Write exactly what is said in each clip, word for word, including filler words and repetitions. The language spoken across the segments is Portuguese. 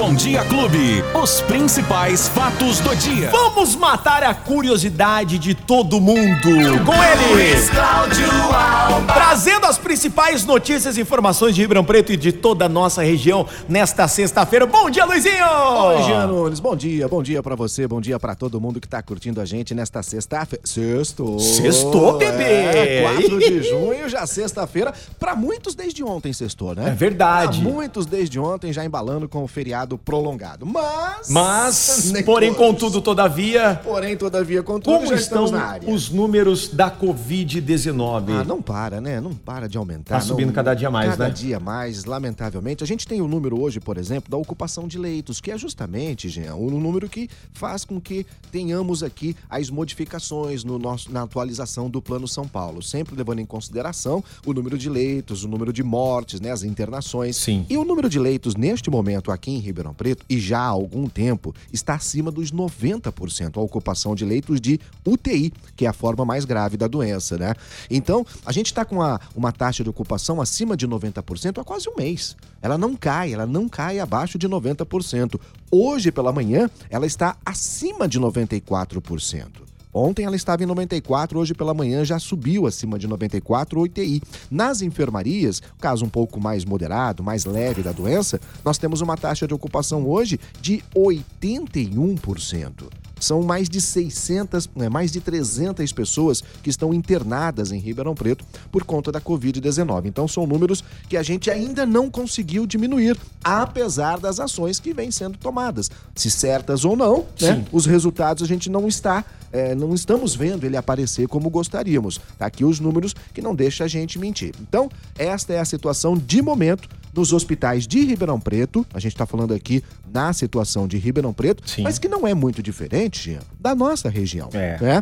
Bom Dia Clube, os principais fatos do dia. Vamos matar a curiosidade de todo mundo com ele, Luiz Cláudio Alba, trazendo as principais notícias e informações de Ribeirão Preto e de toda a nossa região nesta sexta-feira. Bom dia, Luizinho! Oi, Jean Nunes, bom dia, bom dia pra você, bom dia pra todo mundo que tá curtindo a gente nesta sexta-feira. Sextou! Sextou, bebê! É, quatro de junho, já sexta-feira. Pra muitos desde ontem sextou, né? É verdade. Pra muitos desde ontem já embalando com o feriado prolongado. Mas... Mas, nem porém, todos. contudo, todavia... Porém, todavia, contudo, Como já estão estamos na área. os números da covid dezenove? Ah, não para, né? Não para de aumentar. Tá subindo não, cada dia mais, cada né? Cada dia mais, lamentavelmente. A gente tem o número hoje, por exemplo, da ocupação de leitos, que é justamente, Jean, o número que faz com que tenhamos aqui as modificações no nosso, na atualização do Plano São Paulo, sempre levando em consideração o número de leitos, o número de mortes, né, as internações. Sim. E o número de leitos, neste momento, aqui em Ribeirão Preto, e já há algum tempo, está acima dos noventa por cento, a ocupação de leitos de U T I, que é a forma mais grave da doença, né? Então, a gente está com uma, uma taxa de ocupação acima de noventa por cento há quase um mês. Ela não cai, ela não cai abaixo de noventa por cento. Hoje, pela manhã, ela está acima de noventa e quatro por cento. Ontem ela estava em noventa e quatro, hoje pela manhã já subiu acima de noventa e quatro, U T I. Nas enfermarias, caso um pouco mais moderado, mais leve da doença, nós temos uma taxa de ocupação hoje de oitenta e um por cento. São mais de seiscentas, né, mais de trezentas pessoas que estão internadas em Ribeirão Preto por conta da covid dezenove. Então são números que a gente ainda não conseguiu diminuir, apesar das ações que vêm sendo tomadas. Se certas ou não, né, os resultados a gente não está, é, não estamos vendo ele aparecer como gostaríamos. Tá aqui os números que não deixam a gente mentir. Então, esta é a situação de momento nos hospitais de Ribeirão Preto. A gente está falando aqui na situação de Ribeirão Preto, Sim. mas que não é muito diferente, Jean, da nossa região. É. Né?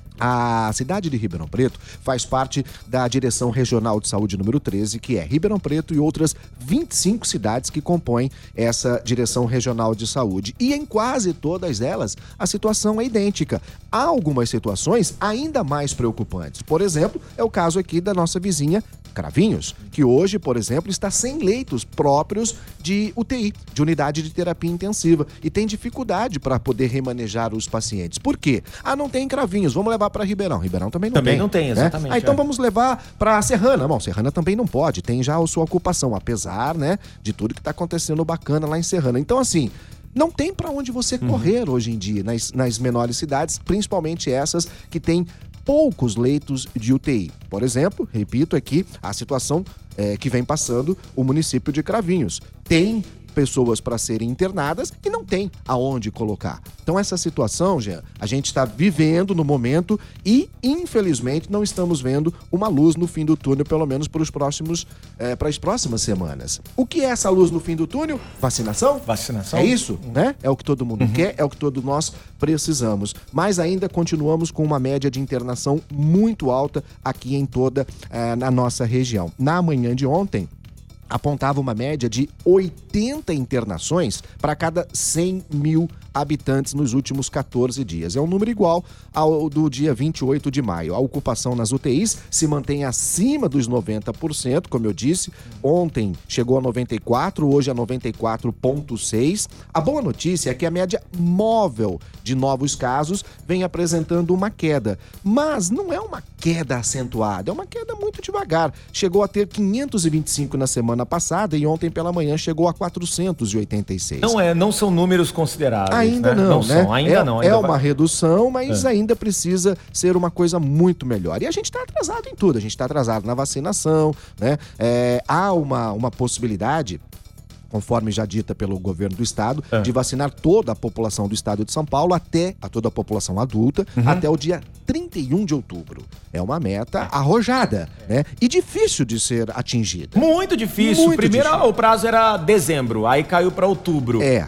A cidade de Ribeirão Preto faz parte da Direção Regional de Saúde número treze, que é Ribeirão Preto e outras vinte e cinco cidades que compõem essa Direção Regional de Saúde. E em quase todas elas, a situação é idêntica. Há algumas situações ainda mais preocupantes. Por exemplo, é o caso aqui da nossa vizinha Cravinhos, que hoje, por exemplo, está sem leitos próprios de U T I, de unidade de terapia intensiva, e tem dificuldade para poder remanejar os pacientes. Por quê? Ah, não tem Cravinhos, vamos levar para Ribeirão. Ribeirão também não também tem. não tem, exatamente. Né? Ah, então é. vamos levar para Serrana. Bom, Serrana também não pode, tem já a sua ocupação, apesar, né, de tudo que está acontecendo bacana lá em Serrana. Então, assim, não tem para onde você uhum. correr hoje em dia nas, nas menores cidades, principalmente essas que têm poucos leitos de U T I. Por exemplo, repito aqui, a situação é, que vem passando o município de Cravinhos. Tem pessoas para serem internadas e não tem aonde colocar. Então essa situação, Jean, a gente está vivendo no momento e, infelizmente, não estamos vendo uma luz no fim do túnel, pelo menos para os próximos, é, para as próximas semanas. O que é essa luz no fim do túnel? Vacinação? Vacinação? É isso, né? É o que todo mundo Uhum. quer, é o que todos nós precisamos. Mas ainda continuamos com uma média de internação muito alta aqui em toda é, na nossa região. Na manhã de ontem, apontava uma média de oitenta internações para cada cem mil habitantes nos últimos quatorze dias. É um número igual ao do dia vinte e oito de maio. A ocupação nas U T Is se mantém acima dos noventa por cento, como eu disse. Ontem chegou a noventa e quatro por cento, hoje a noventa e quatro vírgula seis por cento. A boa notícia é que a média móvel de novos casos vem apresentando uma queda. Mas não é uma queda acentuada, é uma queda muito devagar. Chegou a ter quinhentos e vinte e cinco na semana passada e ontem pela manhã chegou a quatrocentos e oitenta e seis. Não é, não são números consideráveis. Ainda né? não, não né? São, ainda é, não. Ainda é vai... uma redução, mas é. ainda precisa ser uma coisa muito melhor. E a gente está atrasado em tudo, a gente está atrasado na vacinação, né? É, há uma, uma possibilidade, conforme já dita pelo governo do estado, é. de vacinar toda a população do estado de São Paulo, até a toda a população adulta, uhum. até o dia trinta e um de outubro. É uma meta arrojada, né? E difícil de ser atingida. Muito difícil. Muito Primeiro difícil. O prazo era dezembro, aí caiu para outubro. É,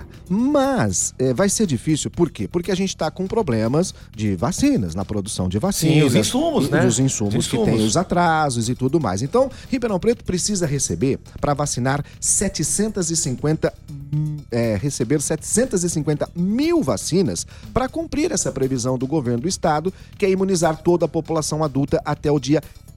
mas é, vai ser difícil, por quê? Porque a gente está com problemas de vacinas, na produção de vacinas. Sim, os insumos, né? Os insumos, os insumos que tem os atrasos e tudo mais. Então, Ribeirão Preto precisa receber, para vacinar setecentos e cinquenta, é, receber setecentos e cinquenta mil vacinas para cumprir essa previsão do governo do estado, que é imunizar toda a população adulta até o dia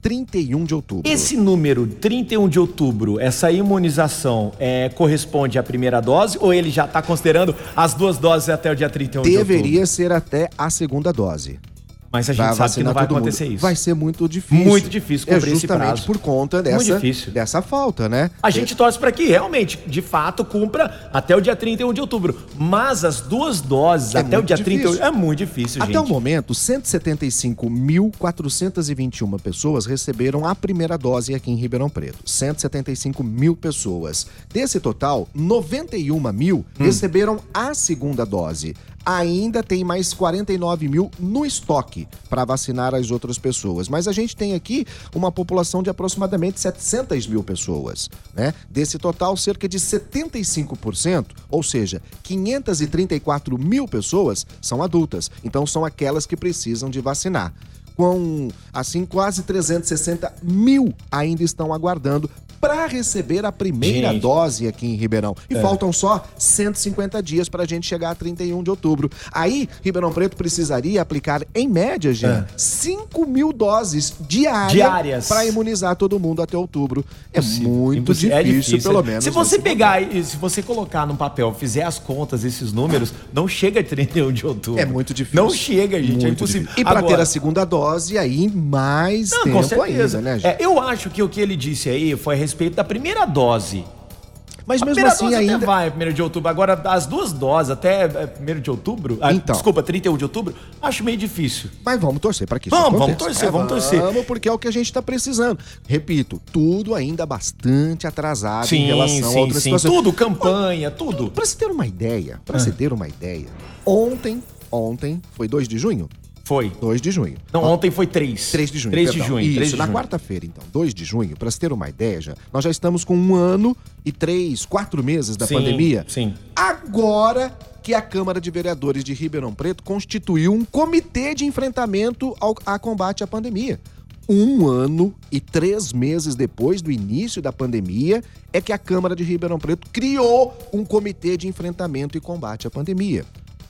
trinta e um de outubro. Esse número, trinta e um de outubro, essa imunização é, corresponde à primeira dose ou ele já está considerando as duas doses até o dia trinta e um de outubro? Deveria ser até a segunda dose. Mas a gente sabe que não vai acontecer mundo. isso. Vai ser muito difícil. Muito difícil cumprir esse prazo. É justamente por conta dessa, dessa falta, né? A gente torce para que realmente, de fato, cumpra até o dia trinta e um de outubro. Mas as duas doses é até o dia difícil. trinta e um é muito difícil, até gente. Até o momento, cento e setenta e cinco mil, quatrocentas e vinte e uma pessoas receberam a primeira dose aqui em Ribeirão Preto. cento e setenta e cinco mil pessoas. Desse total, noventa e uma mil hum. receberam a segunda dose. Ainda tem mais quarenta e nove mil no estoque para vacinar as outras pessoas. Mas a gente tem aqui uma população de aproximadamente setecentas mil pessoas, né? Desse total, cerca de setenta e cinco por cento, ou seja, quinhentas e trinta e quatro mil pessoas são adultas. Então são aquelas que precisam de vacinar. Com, assim, quase trezentos e sessenta mil ainda estão aguardando para receber a primeira gente. dose aqui em Ribeirão. E é. faltam só cento e cinquenta dias para a gente chegar a trinta e um de outubro. Aí, Ribeirão Preto precisaria aplicar, em média, Jean, é. cinco mil doses diárias, diárias. para imunizar todo mundo até outubro. É Impossível. muito Impossível. difícil, é difícil, pelo menos. Se você pegar e se você colocar no papel, fizer as contas, esses números, não chega a trinta e um de outubro. É muito difícil. Não chega, gente. Muito é impossível. Difícil. E para ter a segunda dose, aí mais não, tempo com certeza. ainda, né, gente? É, eu acho que o que ele disse aí foi a respeito da primeira dose. Mas a mesmo assim dose ainda... até vai primeiro de outubro. Agora, as duas doses até primeiro de outubro... Então. Desculpa, trinta e um de outubro, acho meio difícil. Mas vamos torcer para que isso vamos, aconteça. Vamos torcer, é, vamos torcer. Vamos, porque é o que a gente está precisando. Repito, tudo ainda bastante atrasado sim, em relação sim, a outras sim. situações. Tudo, campanha, tudo. Para se ter uma ideia, para ah. se ter uma ideia, ontem, ontem, foi dois de junho? Foi. dois de junho. Não, ontem foi três. três de junho. três de junho. Isso, três de na junho. quarta-feira, então, dois de junho, para se ter uma ideia, já, nós já estamos com um ano e três, quatro meses da sim, pandemia. Sim. Agora que a Câmara de Vereadores de Ribeirão Preto constituiu um comitê de enfrentamento ao a combate à pandemia. Um ano e três meses depois do início da pandemia, é que a Câmara de Ribeirão Preto criou um comitê de enfrentamento e combate à pandemia.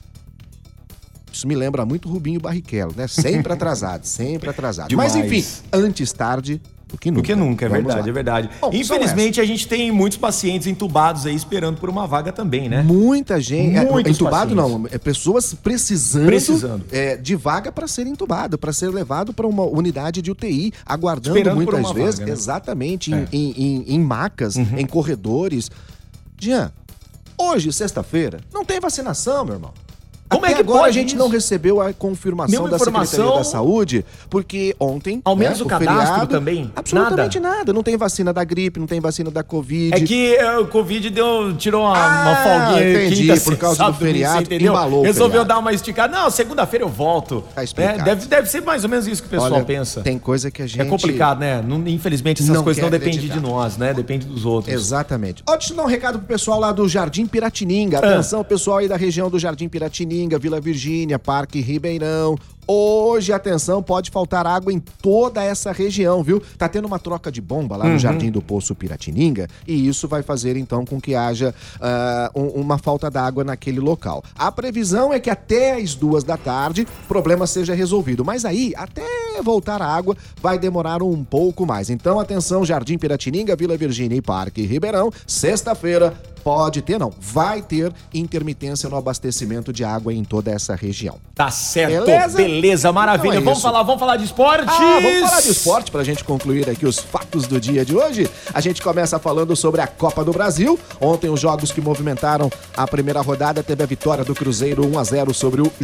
Isso me lembra muito Rubinho Barrichello, né? Sempre atrasado, sempre atrasado. Demais. Mas enfim, antes tarde do que nunca. Do que nunca, é Vamos verdade, lá. é verdade. Bom, infelizmente, a gente tem muitos pacientes entubados aí esperando por uma vaga também, né? Muita gente. Muitos é, entubado pacientes. não, é pessoas precisando, Precisando. É, de vaga para ser entubado, para ser levado para uma unidade de U T I, aguardando esperando muitas por uma vezes, vaga, né? exatamente, É. em, em, em macas, Uhum. em corredores. Jean, hoje, sexta-feira, não tem vacinação, meu irmão. Como Até é que agora pode a gente isso? não recebeu a confirmação Nenhuma da informação... Secretaria da Saúde, porque ontem... Ao menos né, o cadastro feriado, também? Absolutamente nada. nada. Não tem vacina da gripe, não tem vacina da Covid. É que uh, o Covid deu, tirou uma, ah, uma folguinha. Entendi, Quinta, por causa sábado, do feriado, entendeu? embalou o Resolveu feriado. dar uma esticada. Não, segunda-feira eu volto. Tá explicado. É, deve, deve ser mais ou menos isso que o pessoal Olha, pensa. Tem coisa que a gente... É complicado, né? Não, infelizmente, essas não coisas não quer dependem acreditar. de nós, né? Depende dos outros. Exatamente. Ó, deixa eu dar um recado pro pessoal lá do Jardim Piratininga. Atenção, pessoal aí da região do Jardim Piratininga, Vila Virgínia, Parque Ribeirão. Hoje, atenção, pode faltar água em toda essa região, viu? Tá tendo uma troca de bomba lá Uhum. no Jardim do Poço Piratininga e isso vai fazer, então, com que haja uh, um, uma falta d'água naquele local. A previsão é que até as duas da tarde o problema seja resolvido, mas aí, até voltar a água, vai demorar um pouco mais. Então, atenção, Jardim Piratininga, Vila Virgínia e Parque Ribeirão, sexta-feira, pode ter, não, vai ter intermitência no abastecimento de água em toda essa região. Tá certo, Beleza? beleza, maravilha. Então é vamos isso. falar, vamos falar de esportes. Ah, vamos falar de esporte pra gente concluir aqui os fatos do dia de hoje. A gente começa falando sobre a Copa do Brasil. Ontem os jogos que movimentaram a primeira rodada teve a vitória do Cruzeiro um a zero sobre o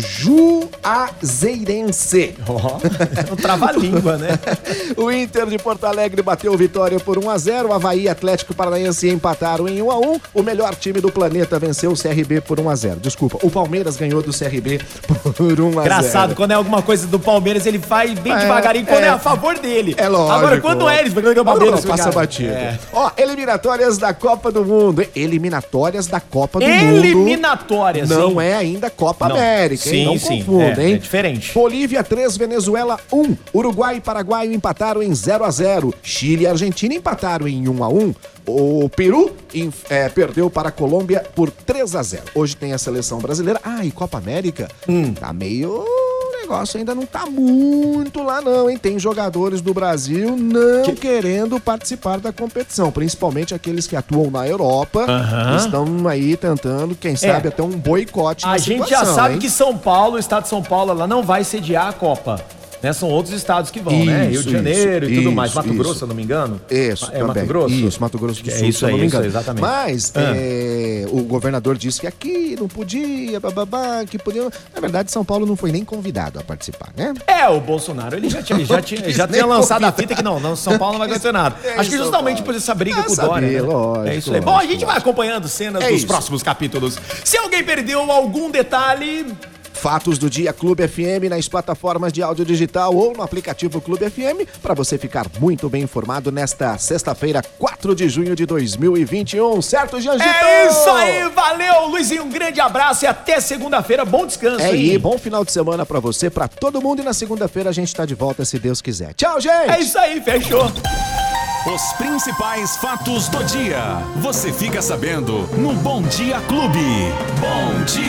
Juazeirense. Ó, oh, trava-língua, né? O Inter de Porto Alegre bateu vitória por um a zero. O Avaí e Atlético Paranaense empataram em um a um. O melhor time do planeta venceu o C R B por um a zero. Desculpa, o Palmeiras ganhou do C R B por um a zero. Engraçado, quando é alguma coisa do Palmeiras, ele faz bem É, devagarinho, quando é, é. a favor dele. É lógico. Agora, quando é eles, porque o Palmeiras não, passa cara, batido. é. Ó, eliminatórias da Copa do Mundo. Eliminatórias da Copa do Eliminatórias, Mundo. Não sim. é ainda Copa Não. América, hein? Sim, Não sim. confunda, É, hein? é diferente. Bolívia três, Venezuela um. Uruguai e Paraguai empataram em zero a zero. Chile e Argentina empataram em um a um. O Peru inf- é, perdeu para a Colômbia por três a zero. Hoje tem a seleção brasileira. Ah, e Copa América Hum. tá meio... negócio ainda não tá muito lá não, hein? Tem jogadores do Brasil não que... querendo participar da competição, principalmente aqueles que atuam na Europa, uhum. estão aí tentando, quem sabe, é. até um boicote na situação. A gente já sabe hein? que São Paulo, o estado de São Paulo, ela não vai sediar a Copa. Né, são outros estados que vão, isso, né? Rio de Janeiro isso, e tudo isso, mais. Mato isso. Grosso, se eu não me engano. Isso, é também. Mato Grosso? Isso, Mato Grosso do Sul, é isso se eu não aí, me engano. Isso, exatamente. Mas ah. é, o governador disse que aqui não podia, bababá, que podia... Na verdade, São Paulo não foi nem convidado a participar, né? É, o Bolsonaro, ele já tinha, já tinha, já tinha lançado a fita que não, não, São Paulo não vai acontecer nada. É Acho que justamente por essa briga ah, com o Dória, né? Lógico, é isso aí. Lógico, Bom, a gente lógico. vai acompanhando cenas é dos isso. próximos capítulos. Se alguém perdeu algum detalhe... Fatos do dia Clube F M nas plataformas de áudio digital ou no aplicativo Clube F M para você ficar muito bem informado nesta sexta-feira, quatro de junho de dois mil e vinte e um, certo, Janjito? É isso aí, valeu, Luizinho, um grande abraço e até segunda-feira, bom descanso. É aí, bom final de semana para você, para todo mundo e na segunda-feira a gente tá de volta se Deus quiser. Tchau, gente! É isso aí, fechou. Os principais fatos do dia, você fica sabendo no Bom Dia Clube. Bom Dia